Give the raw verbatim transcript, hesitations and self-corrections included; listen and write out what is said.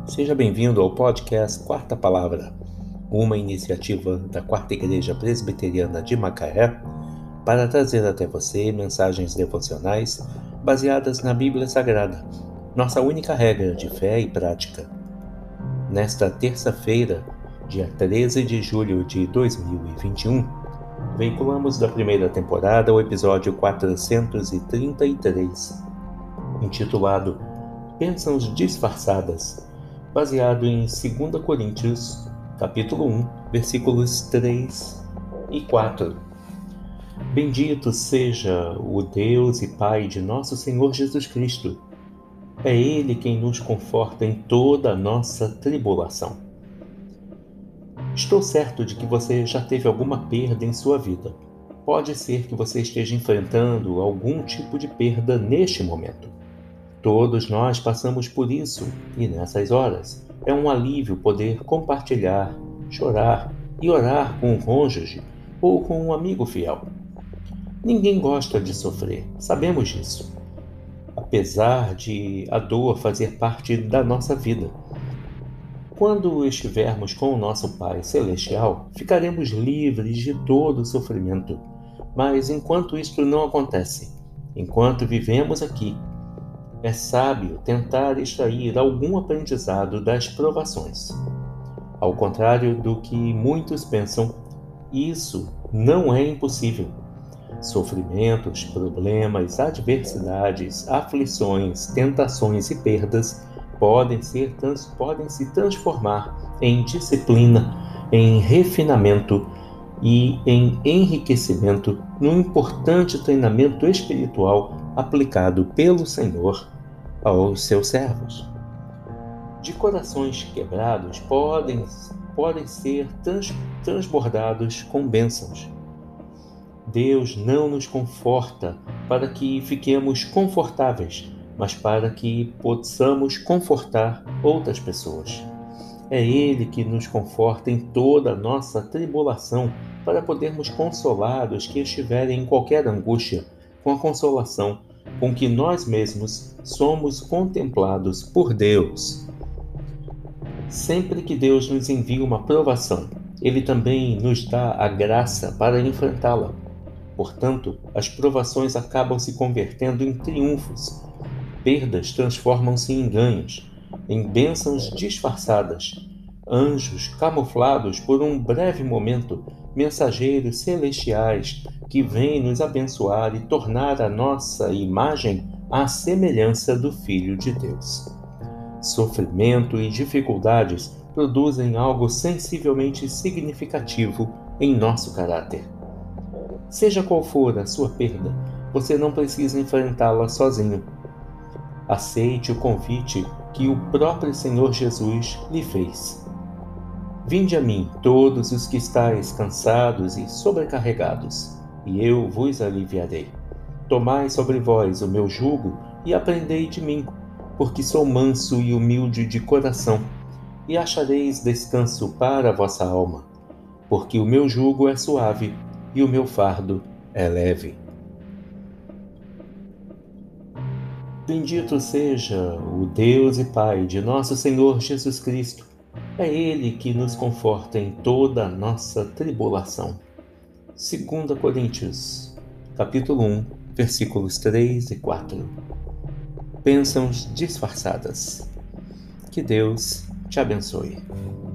Seja bem-vindo ao podcast Quarta Palavra, uma iniciativa da Quarta Igreja Presbiteriana de Macaé para trazer até você mensagens devocionais baseadas na Bíblia Sagrada, nossa única regra de fé e prática. Nesta terça-feira, dia treze de julho de dois mil e vinte e um, veiculamos da primeira temporada o episódio quatrocentos e trinta e três, intitulado Bênçãos Disfarçadas, baseado em segunda Coríntios, capítulo um, versículos três e quatro. Bendito seja o Deus e Pai de nosso Senhor Jesus Cristo. É Ele quem nos conforta em toda a nossa tribulação. Estou certo de que você já teve alguma perda em sua vida. Pode ser que você esteja enfrentando algum tipo de perda neste momento. Todos nós passamos por isso, e nessas horas é um alívio poder compartilhar, chorar e orar com um cônjuge ou com um amigo fiel. Ninguém gosta de sofrer, sabemos disso. Apesar de a dor fazer parte da nossa vida. Quando estivermos com o nosso Pai Celestial, ficaremos livres de todo o sofrimento. Mas enquanto isto não acontece, enquanto vivemos aqui, é sábio tentar extrair algum aprendizado das provações. Ao contrário do que muitos pensam, isso não é impossível. Sofrimentos, problemas, adversidades, aflições, tentações e perdas podem, ser, trans, podem se transformar em disciplina, em refinamento e em enriquecimento num importante treinamento espiritual aplicado pelo Senhor aos seus servos. De corações quebrados podem, podem ser trans, transbordados com bênçãos. Deus não nos conforta para que fiquemos confortáveis, mas para que possamos confortar outras pessoas. É Ele que nos conforta em toda a nossa tribulação, para podermos consolar os que estiverem em qualquer angústia, com a consolação com que nós mesmos somos contemplados por Deus. Sempre que Deus nos envia uma provação, Ele também nos dá a graça para enfrentá-la. Portanto, as provações acabam se convertendo em triunfos. Perdas transformam-se em ganhos, em bênçãos disfarçadas, anjos camuflados por um breve momento, mensageiros celestiais que vêm nos abençoar e tornar a nossa imagem à semelhança do Filho de Deus. Sofrimento e dificuldades produzem algo sensivelmente significativo em nosso caráter. Seja qual for a sua perda, você não precisa enfrentá-la sozinho. Aceite o convite que o próprio Senhor Jesus lhe fez. Vinde a mim, todos os que estáis cansados e sobrecarregados, e eu vos aliviarei. Tomai sobre vós o meu jugo e aprendei de mim, porque sou manso e humilde de coração, e achareis descanso para a vossa alma, porque o meu jugo é suave e o meu fardo é leve. Bendito seja o Deus e Pai de nosso Senhor Jesus Cristo. É Ele que nos conforta em toda a nossa tribulação. segunda Coríntios, capítulo um, versículos três e quatro. Bênçãos disfarçadas. Que Deus te abençoe.